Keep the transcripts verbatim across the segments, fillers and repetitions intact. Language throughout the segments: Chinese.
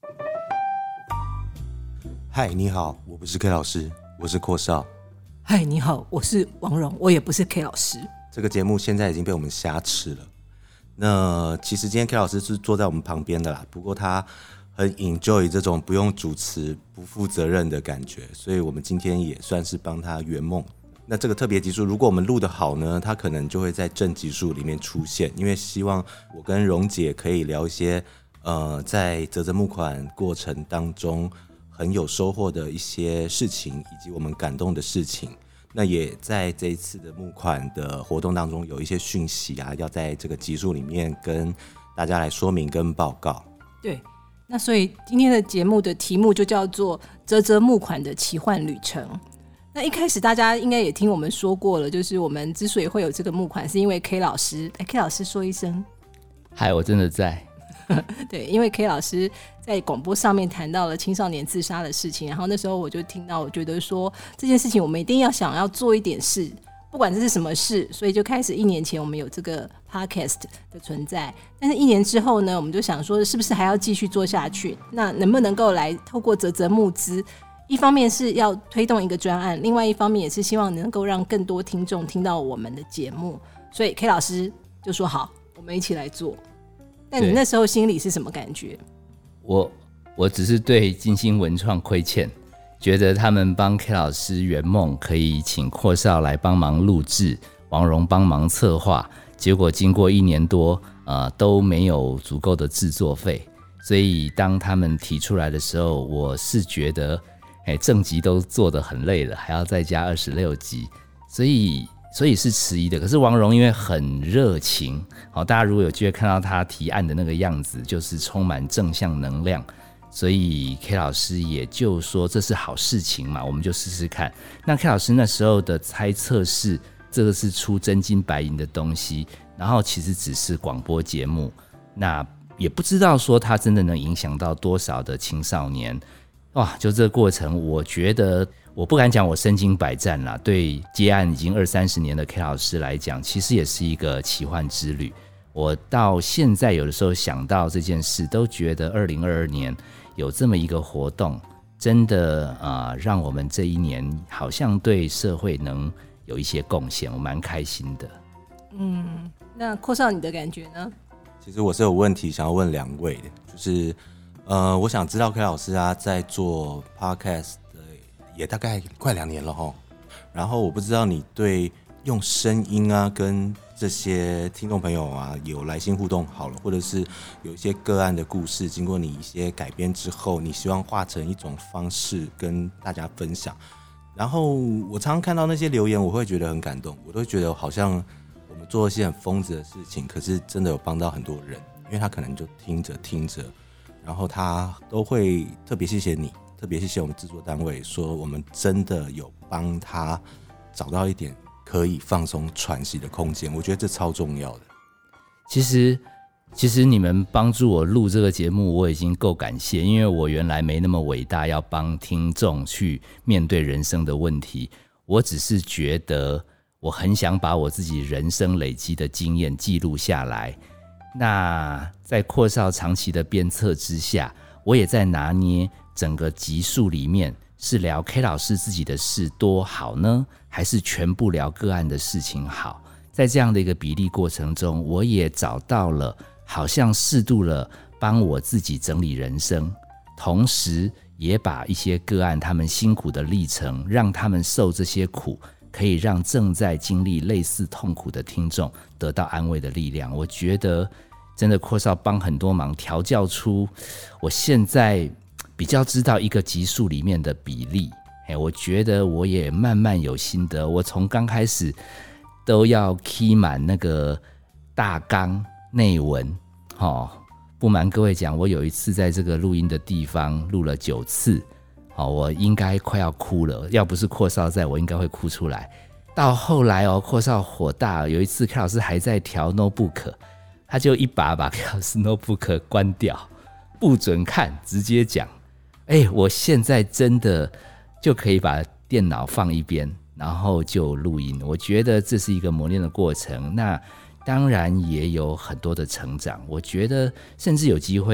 嗨，你好，我不是 K 老师，我是阔少。 嗨，你好，我是王蓉，我也不是 K 老师。 这个节目现在已经被我们瞎吃了。那其实今天 K 老师是坐在我们旁边的啦，不过他很 enjoy 这种不用主持、不负责任的感觉，所以我们今天也算是帮他圆梦。那这个特别集数，如果我们录得好呢，他可能就会在正集数里面出现，因为希望我跟蓉姐可以聊一些呃，在嘖嘖募款过程当中很有收获的一些事情，以及我们感动的事情。那也在这一次的募款的活动当中有一些讯息啊，要在这个集数里面跟大家来说明跟报告。 对，那所以今天的节目的题目就叫做嘖嘖募款的奇幻旅程。那一开始大家应该也听我们说过了，就是我们之所以会有这个募款是因为 K 老师、欸、K 老师说一声嗨，我真的在对，因为 K 老师在广播上面谈到了青少年自杀的事情，然后那时候我就听到，我觉得说这件事情我们一定要想要做一点事，不管这是什么事，所以就开始一年前我们有这个 podcast 的存在。但是一年之后呢，我们就想说是不是还要继续做下去，那能不能够来透过嘖嘖募资，一方面是要推动一个专案，另外一方面也是希望能够让更多听众听到我们的节目，所以 K 老师就说好，我们一起来做。但你那时候心里是什么感觉？ 我我只是对金星文创亏欠，觉得他们帮 K 老师圆梦，可以请阔少来帮忙录制，王蓉帮忙策划，结果经过一年多、呃、都没有足够的制作费，所以当他们提出来的时候，我是觉得哎，正集都做得很累了，还要再加二十六集，所以所以是迟疑的。可是王蓉因为很热情，好，大家如果有机会看到他提案的那个样子，就是充满正向能量，所以 K 老师也就说这是好事情嘛，我们就试试看。那 K 老师那时候的猜测是，这个是出真金白银的东西，然后其实只是广播节目，那也不知道说它真的能影响到多少的青少年。哇，就这个过程，我觉得我不敢讲我身经百战啦，对接案已经二三十年的 K 老师来讲，其实也是一个奇幻之旅。我到现在有的时候想到这件事，都觉得二零二二年有这么一个活动，真的、呃、让我们这一年好像对社会能有一些贡献，我蛮开心的。 嗯，那阔少你的感觉呢？ 其实我是有问题想要问两位的，就是呃，我想知道 K 老师啊，在做 podcast 的也大概快两年了齁，然后我不知道你对用声音啊跟这些听众朋友啊有来信互动好了，或者是有一些个案的故事，经过你一些改编之后，你希望化成一种方式跟大家分享。然后我常常看到那些留言，我会觉得很感动，我都会觉得好像我们做一些很疯子的事情，可是真的有帮到很多人，因为他可能就听着听着，然后他都会特别谢谢你，特别谢谢我们制作单位，说我们真的有帮他找到一点可以放松喘息的空间，我觉得这超重要的。 其实其实你们帮助我录这个节目，我已经够感谢，因为我原来没那么伟大，要帮听众去面对人生的问题，我只是觉得我很想把我自己人生累积的经验记录下来。那在阔少长期的鞭策之下，我也在拿捏整个集数里面是聊 K 老师自己的事多好呢，还是全部聊个案的事情好。在这样的一个比例过程中，我也找到了好像适度了帮我自己整理人生，同时也把一些个案他们辛苦的历程，让他们受这些苦，可以让正在经历类似痛苦的听众得到安慰的力量。我觉得真的阔少帮很多忙，调教出我现在比较知道一个集数里面的比例。我觉得我也慢慢有心得，我从刚开始都要 key 满那个大纲内文、哦、不瞒各位讲，我有一次在这个录音的地方录了九次、哦、我应该快要哭了，要不是阔少在，我应该会哭出来。到后来哦，阔少火大，有一次 K 老师还在调 notebook， 他就一把把 K 老师 notebook 关掉，不准看，直接讲。哎，我现在真的就可以把电脑放一边，然后就录音。我觉得这是一个磨练的过程，那当然也有很多的成长。我觉得甚至有机会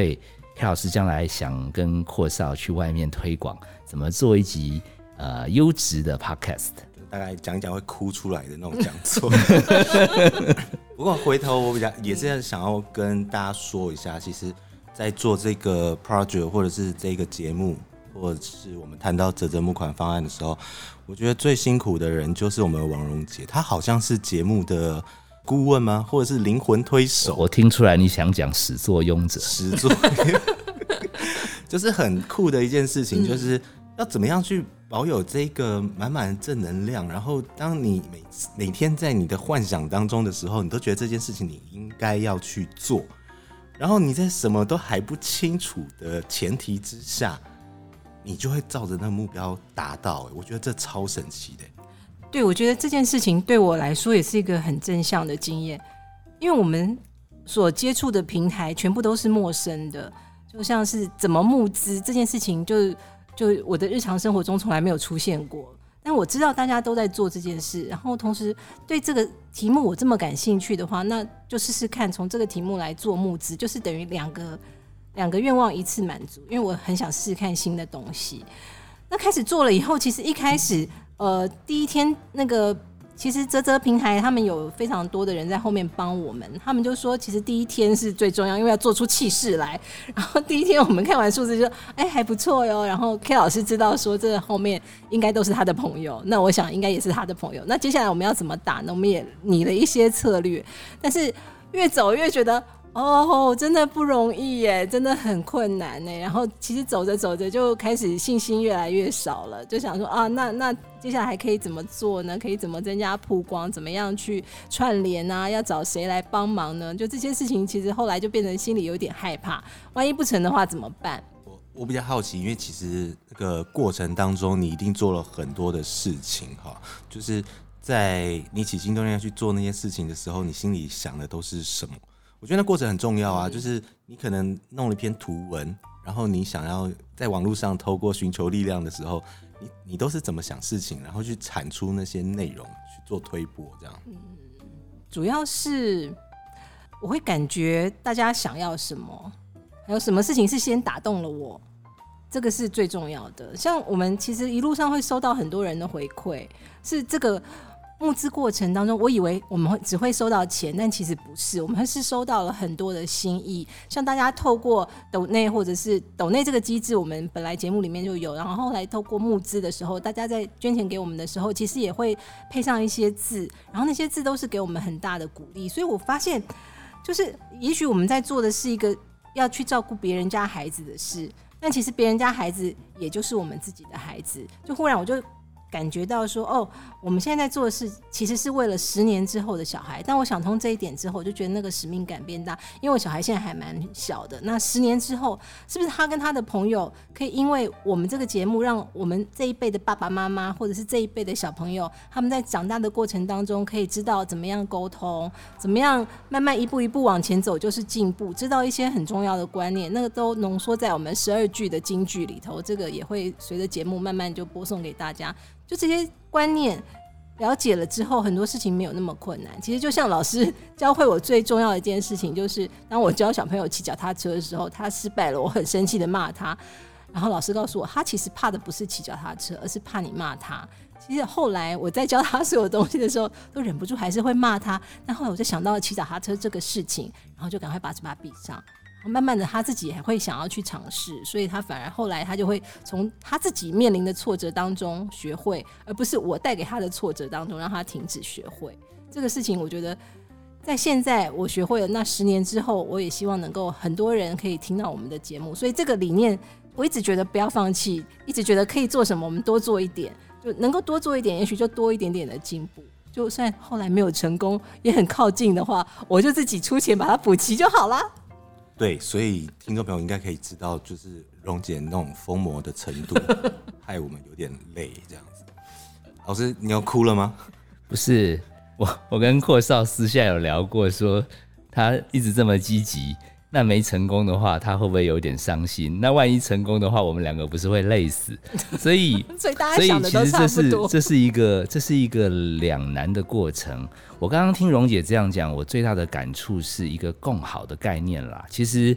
K 老师将来想跟阔少去外面推广，怎么做一集呃优质的 podcast， 大概讲一讲会哭出来的那种讲座。不过回头我比较也是想要跟大家说一下，其实在做这个 project 或者是这个节目，或者是我们谈到嘖嘖募款方案的时候，我觉得最辛苦的人就是我们的王蓉姐，她好像是节目的顾问吗？或者是灵魂推手？ 我听出来你想讲始作俑者， 始作就是很酷的一件事情，就是要怎么样去保有这个满满的正能量，然后当你 每, 每天在你的幻想当中的时候，你都觉得这件事情你应该要去做，然后你在什么都还不清楚的前提之下，你就会照着那个目标达到。我觉得这超神奇的。 对，我觉得这件事情对我来说也是一个很正向的经验，因为我们所接触的平台全部都是陌生的，就像是怎么募资这件事情就，就我的日常生活中从来没有出现过。但我知道大家都在做这件事，然后同时对这个题目我这么感兴趣的话，那就试试看从这个题目来做募资，就是等于两个两个愿望一次满足，因为我很想试试看新的东西。那开始做了以后，其实一开始呃第一天那个其实嘖嘖平台他们有非常多的人在后面帮我们，他们就说其实第一天是最重要，因为要做出气势来。然后第一天我们看完数字就哎还不错哟，然后 K 老师知道说这后面应该都是他的朋友，那我想应该也是他的朋友。那接下来我们要怎么打呢？我们也拟了一些策略，但是越走越觉得哦，真的不容易耶，真的很困难耶。然后其实走着走着就开始信心越来越少了，就想说啊，那那接下来还可以怎么做呢？可以怎么增加曝光？怎么样去串联啊？要找谁来帮忙呢？就这些事情，其实后来就变成心里有点害怕，万一不成的话怎么办？ 我我比较好奇，因为其实那个过程当中，你一定做了很多的事情哈，就是在你起心动念要去做那些事情的时候，你心里想的都是什么？我觉得那过程很重要啊，就是你可能弄了一篇图文，然后你想要在网络上透过寻求力量的时候，你你都是怎么想事情，然后去产出那些内容去做推播这样。 嗯，主要是我会感觉大家想要什么，还有什么事情是先打动了我，这个是最重要的。像我们其实一路上会收到很多人的回馈，是这个募资过程当中，我以为我们只会收到钱，但其实不是，我们是收到了很多的心意。像大家透过抖内或者是抖内这个机制，我们本来节目里面就有，然后后来透过募资的时候，大家在捐钱给我们的时候，其实也会配上一些字，然后那些字都是给我们很大的鼓励。所以我发现，就是也许我们在做的是一个要去照顾别人家孩子的事，但其实别人家孩子也就是我们自己的孩子。就忽然我就感觉到说，哦，我们现在在做的事其实是为了十年之后的小孩。但我想通这一点之后，我就觉得那个使命感变大，因为我小孩现在还蛮小的。那十年之后，是不是他跟他的朋友可以因为我们这个节目，让我们这一辈的爸爸妈妈，或者是这一辈的小朋友，他们在长大的过程当中，可以知道怎么样沟通，怎么样慢慢一步一步往前走就是进步，知道一些很重要的观念，那个都浓缩在我们十二句的金句里头。这个也会随着节目慢慢就播送给大家。就这些观念了解了之后，很多事情没有那么困难。其实就像老师教会我最重要的一件事情，就是当我教小朋友骑脚踏车的时候，他失败了，我很生气的骂他，然后老师告诉我，他其实怕的不是骑脚踏车，而是怕你骂他。其实后来我在教他所有东西的时候，都忍不住还是会骂他。但后来我就想到了骑脚踏车这个事情，然后就赶快把嘴巴闭上。慢慢的他自己也会想要去尝试，所以他反而后来他就会从他自己面临的挫折当中学会，而不是我带给他的挫折当中让他停止学会。这个事情我觉得在现在我学会了，那十年之后我也希望能够很多人可以听到我们的节目。所以这个理念我一直觉得不要放弃，一直觉得可以做什么我们多做一点，就能够多做一点，也许就多一点点的进步。就算后来没有成功也很靠近的话，我就自己出钱把它补齐就好啦。 对，所以听众朋友应该可以知道，就是蓉姐那种疯魔的程度，害我们有点累这样子。老师，你要哭了吗？ 不是，我我跟阔少私下有聊过，说他一直这么积极，那没成功的话，他会不会有点伤心？那万一成功的话，我们两个不是会累死？所以， 所以大家想的都差不多。 这是一个这是一个两难的过程。我刚刚听蓉姐这样讲，我最大的感触是一个共好的概念啦。其实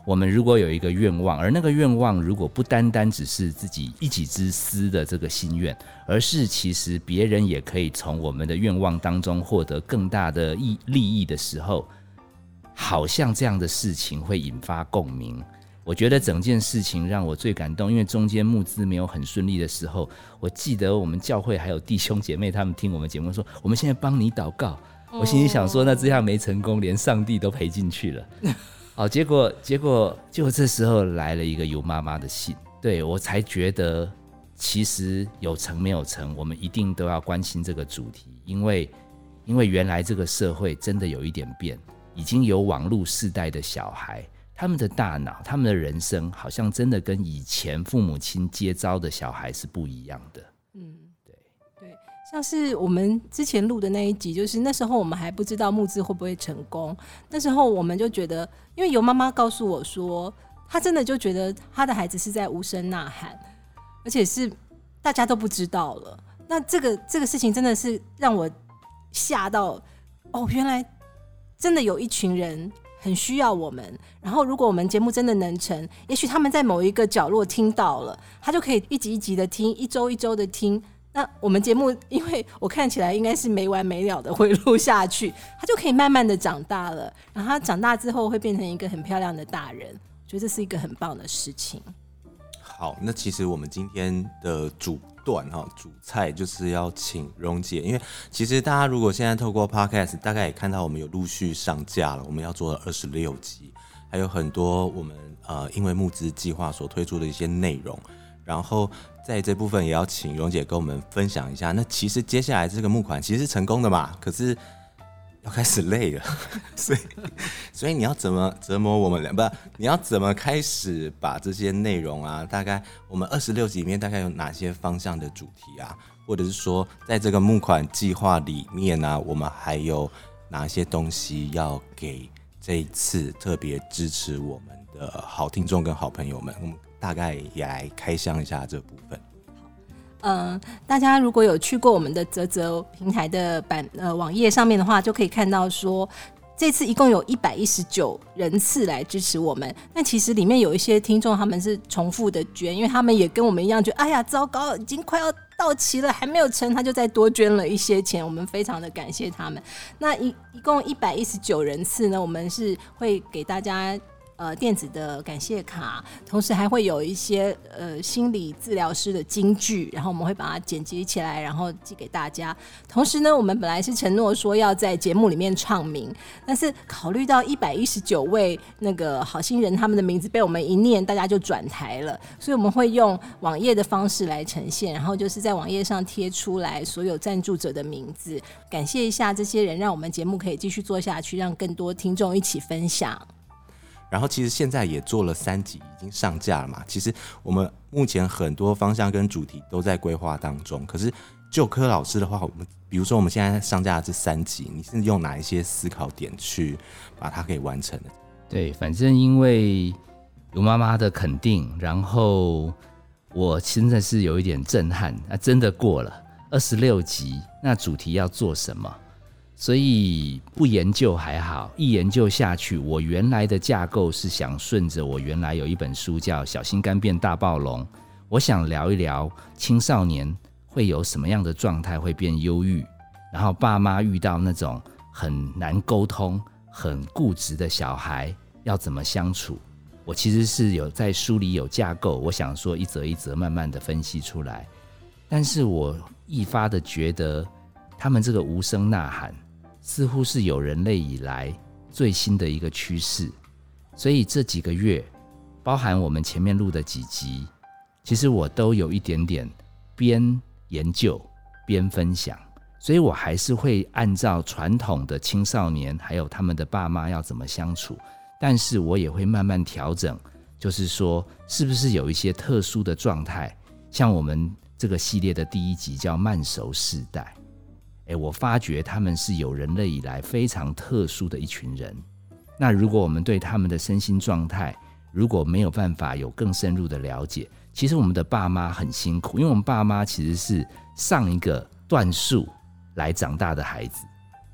我们如果有一个愿望，而那个愿望如果不单单只是自己一己之私的这个心愿，而是其实别人也可以从我们的愿望当中获得更大的利益的时候，好像这样的事情会引发共鸣。我觉得整件事情让我最感动，因为中间募资没有很顺利的时候，我记得我们教会还有弟兄姐妹他们听我们节目说，我们现在帮你祷告。我心里想说，那这样没成功，连上帝都赔进去了。好，结果结果结果这时候来了一个尤妈妈的信，对，我才觉得其实有成没有成，我们一定都要关心这个主题，因为因为原来这个社会真的有一点变，已经有网络世代的小孩，他们的大脑，他们的人生好像真的跟以前父母亲接招的小孩是不一样的。嗯， 对对，像是我们之前录的那一集，就是那时候我们还不知道募资会不会成功，那时候我们就觉得，因为尤妈妈告诉我说，她真的就觉得她的孩子是在无声呐喊，而且是大家都不知道了。那这个这个事情真的是让我吓到，哦，原来真的有一群人很需要我们，然后如果我们节目真的能成，也许他们在某一个角落听到了，他就可以一集一集的听，一周一周的听。那我们节目，因为我看起来应该是没完没了的会录下去，他就可以慢慢的长大了，然后他长大之后会变成一个很漂亮的大人，我觉得这是一个很棒的事情。 好，那其实我们今天的主段主菜就是要请蓉姐，因为其实大家如果现在透过 Podcast 大概也看到我们有陆续上架了，我们要做了二十六集，还有很多我们呃因为募资计划所推出的一些内容，然后在这部分也要请蓉姐跟我们分享一下，那其实接下来这个募款其实是成功的嘛，可是要开始累了，所以所以你要怎么折磨我们俩？不，你要怎么开始把这些内容啊？大概我们二十六集里面大概有哪些方向的主题啊？或者是说，在这个募款计划里面啊，我们还有哪些东西要给这一次特别支持我们的好听众跟好朋友们？我们大概也来开箱一下这部分。 嗯，大家如果有去过我们的嘖嘖平台的版呃网页上面的话，就可以看到说，这次一共有一百一十九人次来支持我们。但其实里面有一些听众他们是重复的捐，因为他们也跟我们一样，觉得哎呀糟糕，已经快要到期了，还没有成，他就再多捐了一些钱，我们非常的感谢他们。那一一共一百一十九人次呢，我们是会给大家呃电子的感谢卡，同时还会有一些呃心理治疗师的金句，然后我们会把它剪辑起来，然后寄给大家。同时呢，我们本来是承诺说要在节目里面唱名，但是考虑到一百一十九位那个好心人他们的名字被我们一念，大家就转台了，所以我们会用网页的方式来呈现，然后就是在网页上贴出来所有赞助者的名字，感谢一下这些人，让我们节目可以继续做下去，让更多听众一起分享。 然后其实现在也做了三集，已经上架了嘛。其实我们目前很多方向跟主题都在规划当中。可是就柯老师的话，我们比如说我们现在上架的这三集，你是用哪一些思考点去把它给完成的？ 对，反正因为有妈妈的肯定，然后我真的是有一点震撼啊，真的过了二十六集，那主题要做什么？所以不研究还好，一研究下去，我原来的架构是想顺着我原来有一本书叫《小心肝变大暴龙》，我想聊一聊青少年会有什么样的状态会变忧郁，然后爸妈遇到那种很难沟通、很固执的小孩要怎么相处。我其实是有在书里有架构，我想说一则一则慢慢的分析出来，但是我一发的觉得他们这个无声呐喊似乎是有人类以来最新的一个趋势，所以这几个月包含我们前面录的几集，其实我都有一点点边研究边分享，所以我还是会按照传统的青少年还有他们的爸妈要怎么相处，但是我也会慢慢调整，就是说是不是有一些特殊的状态，像我们这个系列的第一集叫慢熟世代，欸、我发觉他们是有人类以来非常特殊的一群人。那如果我们对他们的身心状态如果没有办法有更深入的了解，其实我们的爸妈很辛苦，因为我们爸妈其实是上一个段数来长大的孩子，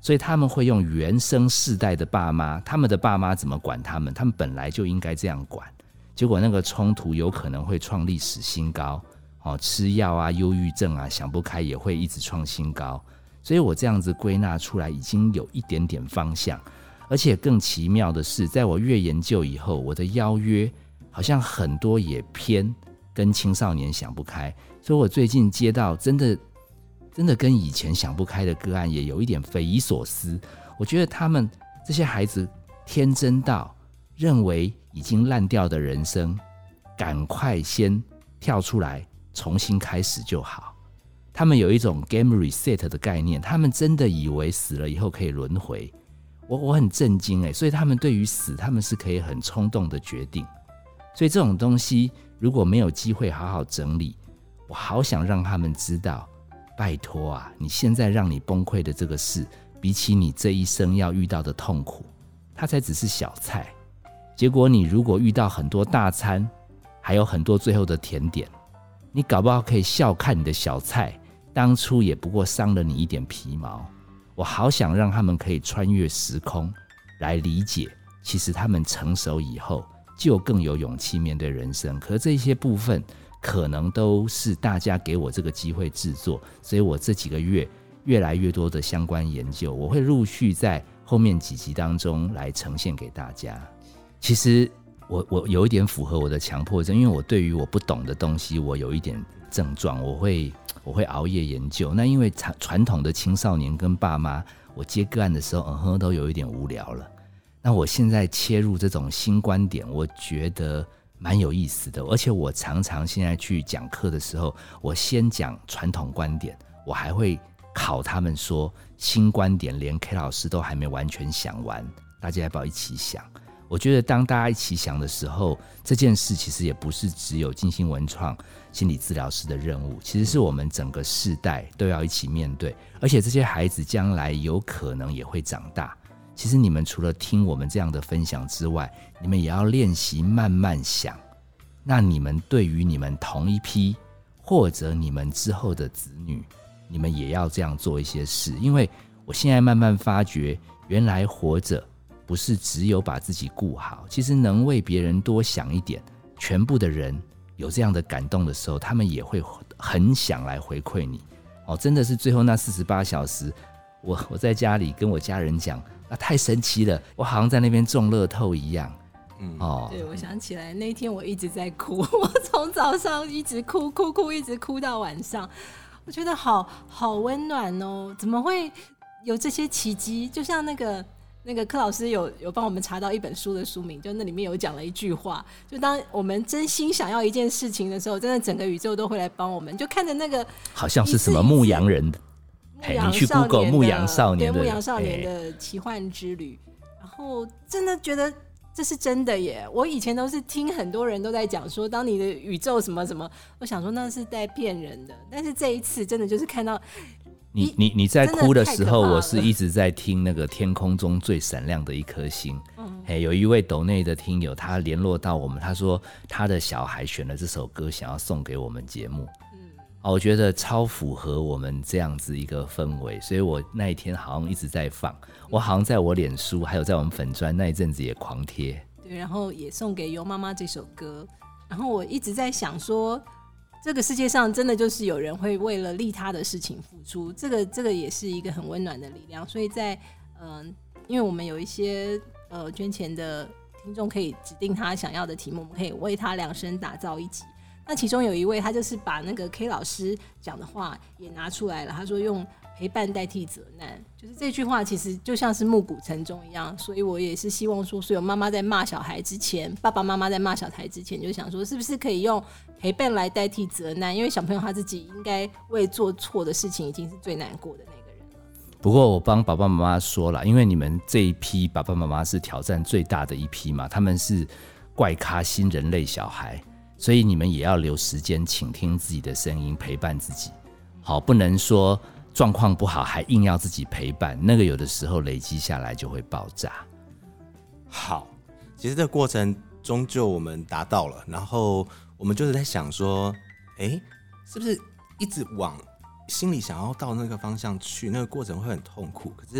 所以他们会用原生世代的爸妈，他们的爸妈怎么管他们，他们本来就应该这样管，结果那个冲突有可能会创历史新高，哦，吃药啊、忧郁症啊、想不开也会一直创新高。所以我这样子归纳出来已经有一点点方向，而且更奇妙的是，在我越研究以后，我的邀约好像很多也偏跟青少年想不开，所以我最近接到真的真的跟以前想不开的个案也有一点匪夷所思。我觉得他们这些孩子天真到认为已经烂掉的人生赶快先跳出来重新开始就好，他们有一种 game reset 的概念，他们真的以为死了以后可以轮回。 我, 我很震惊耶，所以他们对于死他们是可以很冲动的决定。所以这种东西如果没有机会好好整理，我好想让他们知道，拜托啊，你现在让你崩溃的这个事，比起你这一生要遇到的痛苦，它才只是小菜。结果你如果遇到很多大餐，还有很多最后的甜点，你搞不好可以笑看你的小菜当初也不过伤了你一点皮毛。我好想让他们可以穿越时空来理解，其实他们成熟以后就更有勇气面对人生。可这些部分可能都是大家给我这个机会制作，所以我这几个月越来越多的相关研究，我会陆续在后面几集当中来呈现给大家。其实 我, 我有一点符合我的强迫症，因为我对于我不懂的东西我有一点症状，我会我会熬夜研究。那因为传统的青少年跟爸妈，我接个案的时候嗯哼都有一点无聊了。那我现在切入这种新观点，我觉得蛮有意思的。而且我常常现在去讲课的时候，我先讲传统观点，我还会考他们说新观点连 K 老师都还没完全想完，大家要不要一起想？我觉得当大家一起想的时候，这件事其实也不是只有金星文创心理治疗师的任务，其实是我们整个世代都要一起面对。而且这些孩子将来有可能也会长大，其实你们除了听我们这样的分享之外，你们也要练习慢慢想，那你们对于你们同一批或者你们之后的子女，你们也要这样做一些事。因为我现在慢慢发觉，原来活着不是只有把自己顾好，其实能为别人多想一点，全部的人有这样的感动的时候，他们也会很想来回馈你。哦，真的是最后那四十八小时，我我在家里跟我家人讲，那太神奇了，我好像在那边中乐透一样。 嗯，哦，对，我想起来那一天我一直在哭，我从早上一直哭哭哭，一直哭到晚上，我觉得好好温暖哦，怎么会有这些奇迹？就像那个。那个柯老师有有帮我们查到一本书的书名，就那里面有讲了一句话，就当我们真心想要一件事情的时候，真的整个宇宙都会来帮我们。就看着那个好像是什么牧羊人的，你去 Google 牧羊少年的， 对，牧羊少年的奇幻之旅，然后真的觉得这是真的耶。我以前都是听很多人都在讲说，当你的宇宙什么什么，我想说那是在骗人的，但是这一次真的就是看到。 你, 你, 你在哭的时候，我是一直在听那个天空中最闪亮的一颗星。嗯，有一位斗内的听友，他联络到我们，他说他的小孩选了这首歌，想要送给我们节目。嗯，我觉得超符合我们这样子一个氛围，所以我那一天好像一直在放，我好像在我脸书还有在我们粉专那一阵子也狂贴。 对，然后也送给尤妈妈这首歌，然后我一直在想说。这个世界上真的就是有人会为了利他的事情付出，这个这个也是一个很温暖的力量。所以在嗯、呃，因为我们有一些呃捐钱的听众可以指定他想要的题目，我们可以为他量身打造一集。那其中有一位他就是把那个 K 老师讲的话也拿出来了，他说用陪伴代替责难，就是这句话其实就像是暮鼓晨钟一样。所以我也是希望说，所有妈妈在骂小孩之前，爸爸妈妈在骂小孩之前，就想说是不是可以用陪伴来代替责难，因为小朋友他自己应该为做错的事情已经是最难过的那个人了。 不过我帮爸爸妈妈说了，因为你们这一批爸爸妈妈是挑战最大的一批嘛，他们是怪咖新人类小孩，所以你们也要留时间倾听自己的声音，陪伴自己。好，不能说状况不好还硬要自己陪伴，那个有的时候累积下来就会爆炸。 好，其实这个过程终究我们达到了，然后我们就是在想说，哎，是不是一直往心里想要到那个方向去，那个过程会很痛苦，可是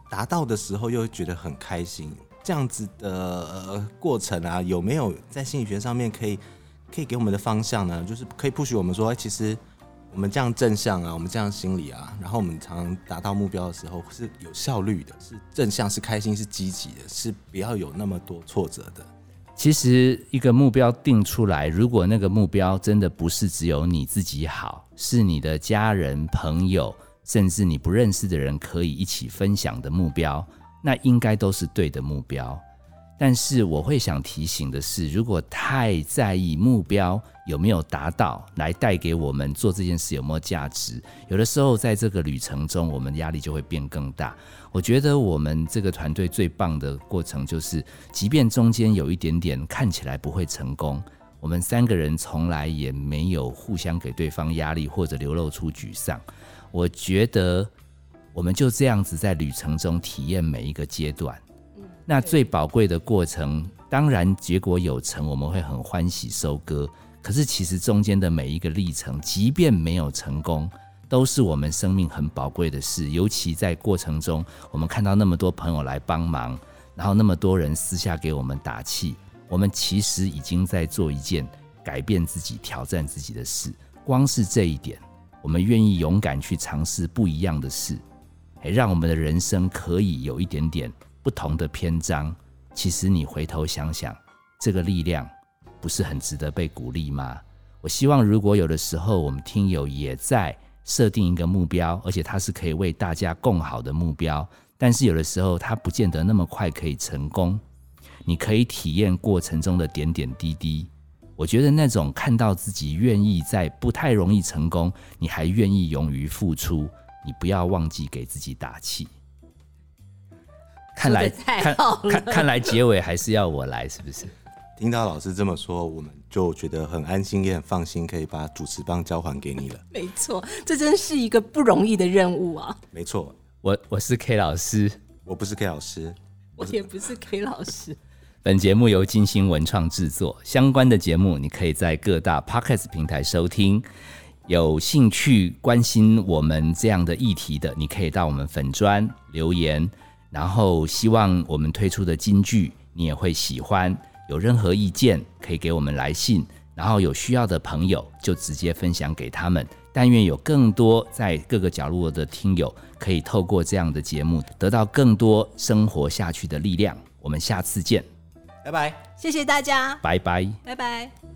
达到的时候又觉得很开心，这样子的、呃、过程啊，有没有在心理学上面可以可以给我们的方向呢？就是可以 push 我们说，其实我们这样正向啊，我们这样心理啊，然后我们常常达到目标的时候是有效率的，是正向，是开心，是积极的，是不要有那么多挫折的。 其实一个目标定出来，如果那个目标真的不是只有你自己好，是你的家人、朋友，甚至你不认识的人可以一起分享的目标，那应该都是对的目标。但是我会想提醒的是，如果太在意目标有没有达到，来带给我们做这件事有没有价值，有的时候在这个旅程中，我们压力就会变更大。我觉得我们这个团队最棒的过程就是，即便中间有一点点看起来不会成功，我们三个人从来也没有互相给对方压力或者流露出沮丧。我觉得我们就这样子在旅程中体验每一个阶段。那最宝贵的过程，当然结果有成，我们会很欢喜收割。可是其实中间的每一个历程，即便没有成功，都是我们生命很宝贵的事。尤其在过程中，我们看到那么多朋友来帮忙，然后那么多人私下给我们打气，我们其实已经在做一件改变自己、挑战自己的事。光是这一点，我们愿意勇敢去尝试不一样的事，让我们的人生可以有一点点不同的篇章。其实你回头想想，这个力量不是很值得被鼓励吗？我希望如果有的时候我们听友也在设定一个目标，而且它是可以为大家共好的目标，但是有的时候它不见得那么快可以成功，你可以体验过程中的点点滴滴。我觉得那种看到自己愿意在不太容易成功，你还愿意勇于付出，你不要忘记给自己打气。看来看看看来结尾还是要我来，是不是？ 听到老师这么说，我们就觉得很安心，也很放心，可以把主持棒交还给你了。 没错，这真是一个不容易的任务啊！ 没错， 我我是 K 老师， 我不是 K 老师， 我也不是 K 老师。 本节目由金星文创制作，相关的节目你可以在各大 Podcast 平台收听。有兴趣关心我们这样的议题的，你可以到我们粉专留言。然后希望我们推出的金句你也会喜欢，有任何意见可以给我们来信，然后有需要的朋友就直接分享给他们。但愿有更多在各个角落的听友可以透过这样的节目得到更多生活下去的力量。我们下次见， 拜拜， 谢谢大家， 拜拜， 拜拜。